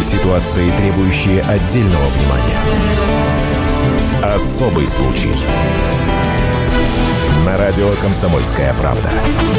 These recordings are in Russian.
Ситуации, требующие отдельного внимания. Особый случай. На радио «Комсомольская правда».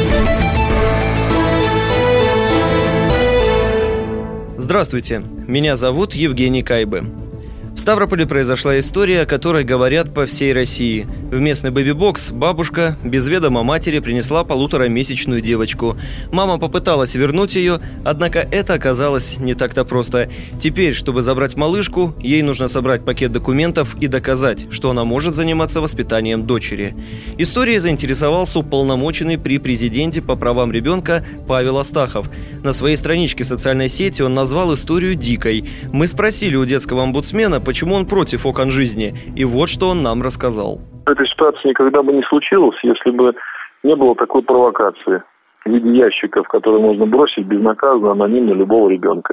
Здравствуйте, меня зовут Евгений Кайбы. В Ставрополе произошла история, о которой говорят по всей России. В местный бэби-бокс бабушка без ведома матери принесла 1,5-месячную девочку. Мама попыталась вернуть ее, однако это оказалось не так-то просто. Теперь, чтобы забрать малышку, ей нужно собрать пакет документов и доказать, что она может заниматься воспитанием дочери. Историей заинтересовался уполномоченный при президенте по правам ребенка Павел Астахов. На своей страничке в социальной сети он назвал историю дикой. Мы спросили у детского омбудсмена, почему он против окон жизни, и вот что он нам рассказал. Эта ситуация никогда бы не случилась, если бы не было такой провокации в виде ящиков, которые можно бросить безнаказанно, анонимно любого ребенка.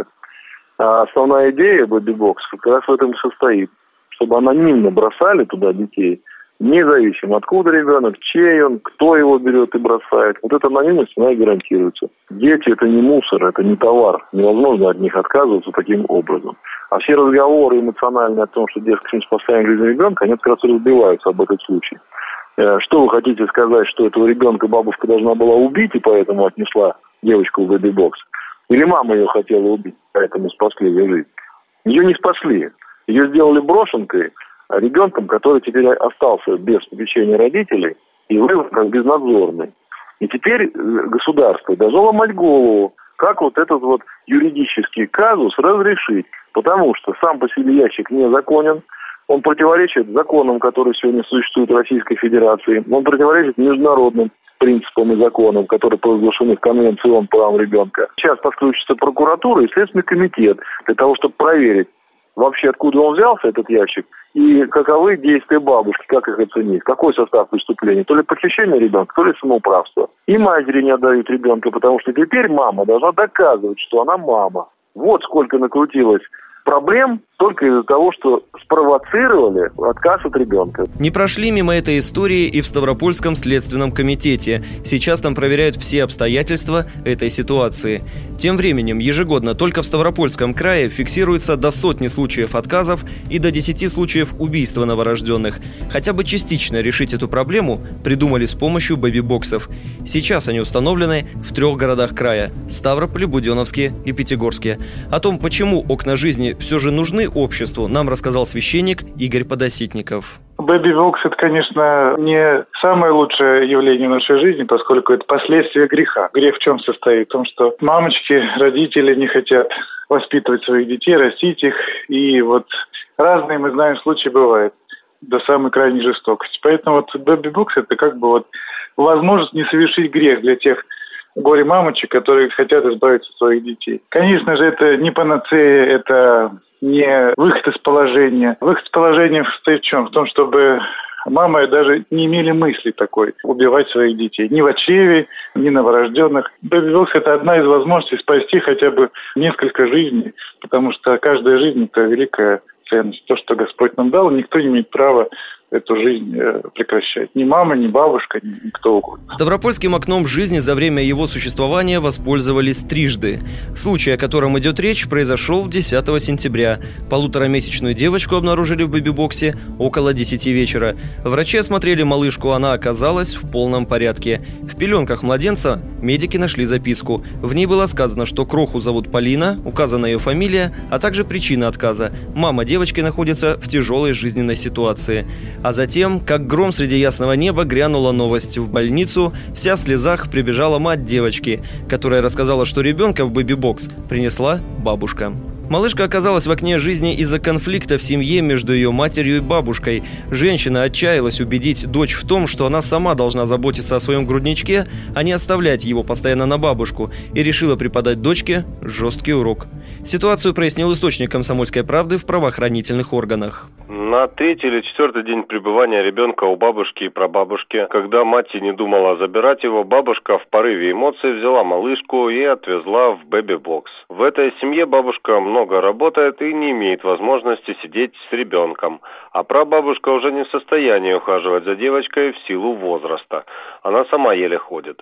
А основная идея бэби-бокса как раз в этом и состоит, чтобы анонимно бросали туда детей, независимо откуда ребенок, чей он, кто его берет и бросает. Вот эта анонимность, она и гарантируется. Дети – это не мусор, это не товар. Невозможно от них отказываться таким образом. А все разговоры эмоциональные о том, что, дескать, мы спасаем жизнь ребенка, они как раз разбиваются об этот случай. Что вы хотите сказать, что этого ребенка бабушка должна была убить и поэтому отнесла девочку в бэби-бокс? Или мама ее хотела убить, поэтому спасли ее жизнь? Ее не спасли. Ее сделали брошенкой, ребенком, который теперь остался без попечения родителей и вырос как безнадзорный. И теперь государство должно ломать голову, как вот этот вот юридический казус разрешить. Потому что сам по себе ящик незаконен, он противоречит законам, которые сегодня существуют в Российской Федерации, он противоречит международным принципам и законам, которые провозглашены в Конвенции ООН по правам ребенка. Сейчас подключится прокуратура и Следственный комитет для того, чтобы проверить, вообще откуда он взялся, этот ящик, и каковы действия бабушки, как их оценить, какой состав преступления, то ли похищение ребенка, то ли самоуправство. И матери не отдают ребенка, потому что теперь мама должна доказывать, что она мама. Вот сколько накрутилось проблем только из-за того, что спровоцировали отказ от ребенка. Не прошли мимо этой истории и в Ставропольском следственном комитете. Сейчас там проверяют все обстоятельства этой ситуации. Тем временем ежегодно только в Ставропольском крае фиксируется до 100 случаев отказов и до 10 случаев убийства новорожденных. Хотя бы частично решить эту проблему придумали с помощью бэби-боксов. Сейчас они установлены в 3 городах края – Ставрополе, Буденновске и Пятигорске. О том, почему окна жизни все же нужны обществу, нам рассказал священник Игорь Подоситников. Бэби-бокс – это, конечно, не самое лучшее явление в нашей жизни, поскольку это последствия греха. Грех в чем состоит? В том, что мамочки, родители не хотят воспитывать своих детей, растить их. И вот разные, мы знаем, случаи бывают до самой крайней жестокости. Поэтому вот бэби-бокс – это как бы вот возможность не совершить грех для тех горе-мамочек, которые хотят избавиться от своих детей. Конечно же, это не панацея, это не выход из положения. Выход из положения состоит в чем? В том, чтобы мамы даже не имели мысли такой убивать своих детей. Ни в чреве, ни новорожденных. Бэби-бокс – это одна из возможностей спасти хотя бы несколько жизней, потому что каждая жизнь – это великая ценность. То, что Господь нам дал, никто не имеет права эту жизнь прекращать. Ни мама, ни бабушка, ни кто угодно. Ставропольским окном жизни за время его существования воспользовались трижды. Случай, о котором идет речь, произошел 10 сентября. 1,5-месячную девочку обнаружили в бэби-боксе около 10 вечера. Врачи осмотрели малышку, она оказалась в полном порядке. В пеленках младенца медики нашли записку. В ней было сказано, что кроху зовут Полина, указана ее фамилия, а также причина отказа. Мама девочки находится в тяжелой жизненной ситуации. А затем, как гром среди ясного неба, грянула новость. В больницу вся в слезах прибежала мать девочки, которая рассказала, что ребенка в бэби-бокс принесла бабушка. Малышка оказалась в окне жизни из-за конфликта в семье между ее матерью и бабушкой. Женщина отчаялась убедить дочь в том, что она сама должна заботиться о своем грудничке, а не оставлять его постоянно на бабушку, и решила преподать дочке жесткий урок. Ситуацию прояснил источник «Комсомольской правды» в правоохранительных органах. На 3-й или 4-й день пребывания ребенка у бабушки и прабабушки, когда мать и не думала забирать его, бабушка в порыве эмоций взяла малышку и отвезла в бэби-бокс. В этой семье бабушка много работает и не имеет возможности сидеть с ребенком, а прабабушка уже не в состоянии ухаживать за девочкой в силу возраста. Она сама еле ходит.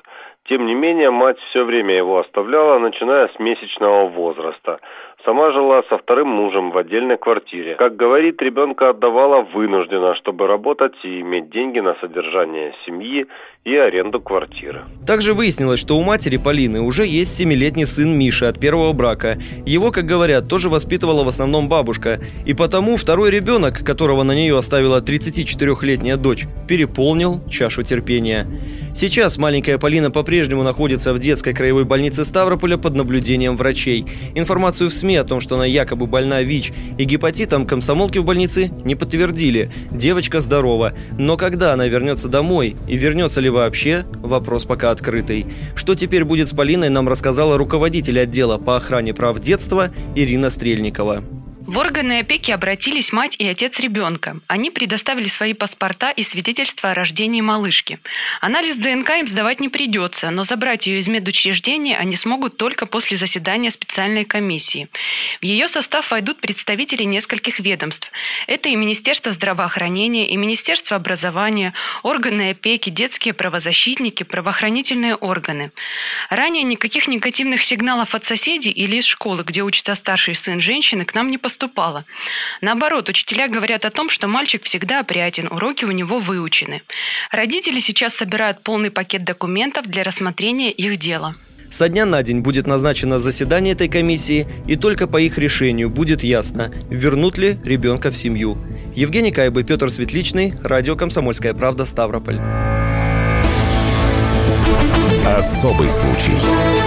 Тем не менее, мать все время его оставляла, начиная с месячного возраста. Сама жила со вторым мужем в отдельной квартире. Как говорит, ребенка отдавала вынужденно, чтобы работать и иметь деньги на содержание семьи и аренду квартиры. Также выяснилось, что у матери Полины уже есть 7-летний сын Миша от первого брака. Его, как говорят, тоже воспитывала в основном бабушка. И потому второй ребенок, которого на нее оставила 34-летняя дочь, переполнил чашу терпения. Сейчас маленькая Полина по-прежнему находится в детской краевой больнице Ставрополя под наблюдением врачей. Информацию в СМИ о том, что она якобы больна ВИЧ и гепатитом, комсомолки в больнице не подтвердили. Девочка здорова. Но когда она вернется домой и вернется ли вообще, вопрос пока открытый. Что теперь будет с Полиной, нам рассказала руководитель отдела по охране прав детства Ирина Стрельникова. В органы опеки обратились мать и отец ребенка. Они предоставили свои паспорта и свидетельства о рождении малышки. Анализ ДНК им сдавать не придется, но забрать ее из медучреждения они смогут только после заседания специальной комиссии. В ее состав войдут представители нескольких ведомств. Это и Министерство здравоохранения, и Министерство образования, органы опеки, детские правозащитники, правоохранительные органы. Ранее никаких негативных сигналов от соседей или из школы, где учится старший сын женщины, к нам не поступало. Наоборот, учителя говорят о том, что мальчик всегда опрятен, уроки у него выучены. Родители сейчас собирают полный пакет документов для рассмотрения их дела. Со дня на день будет назначено заседание этой комиссии, и только по их решению будет ясно, вернут ли ребенка в семью. Евгений Кайбы, Петр Светличный, радио «Комсомольская правда», Ставрополь. Особый случай.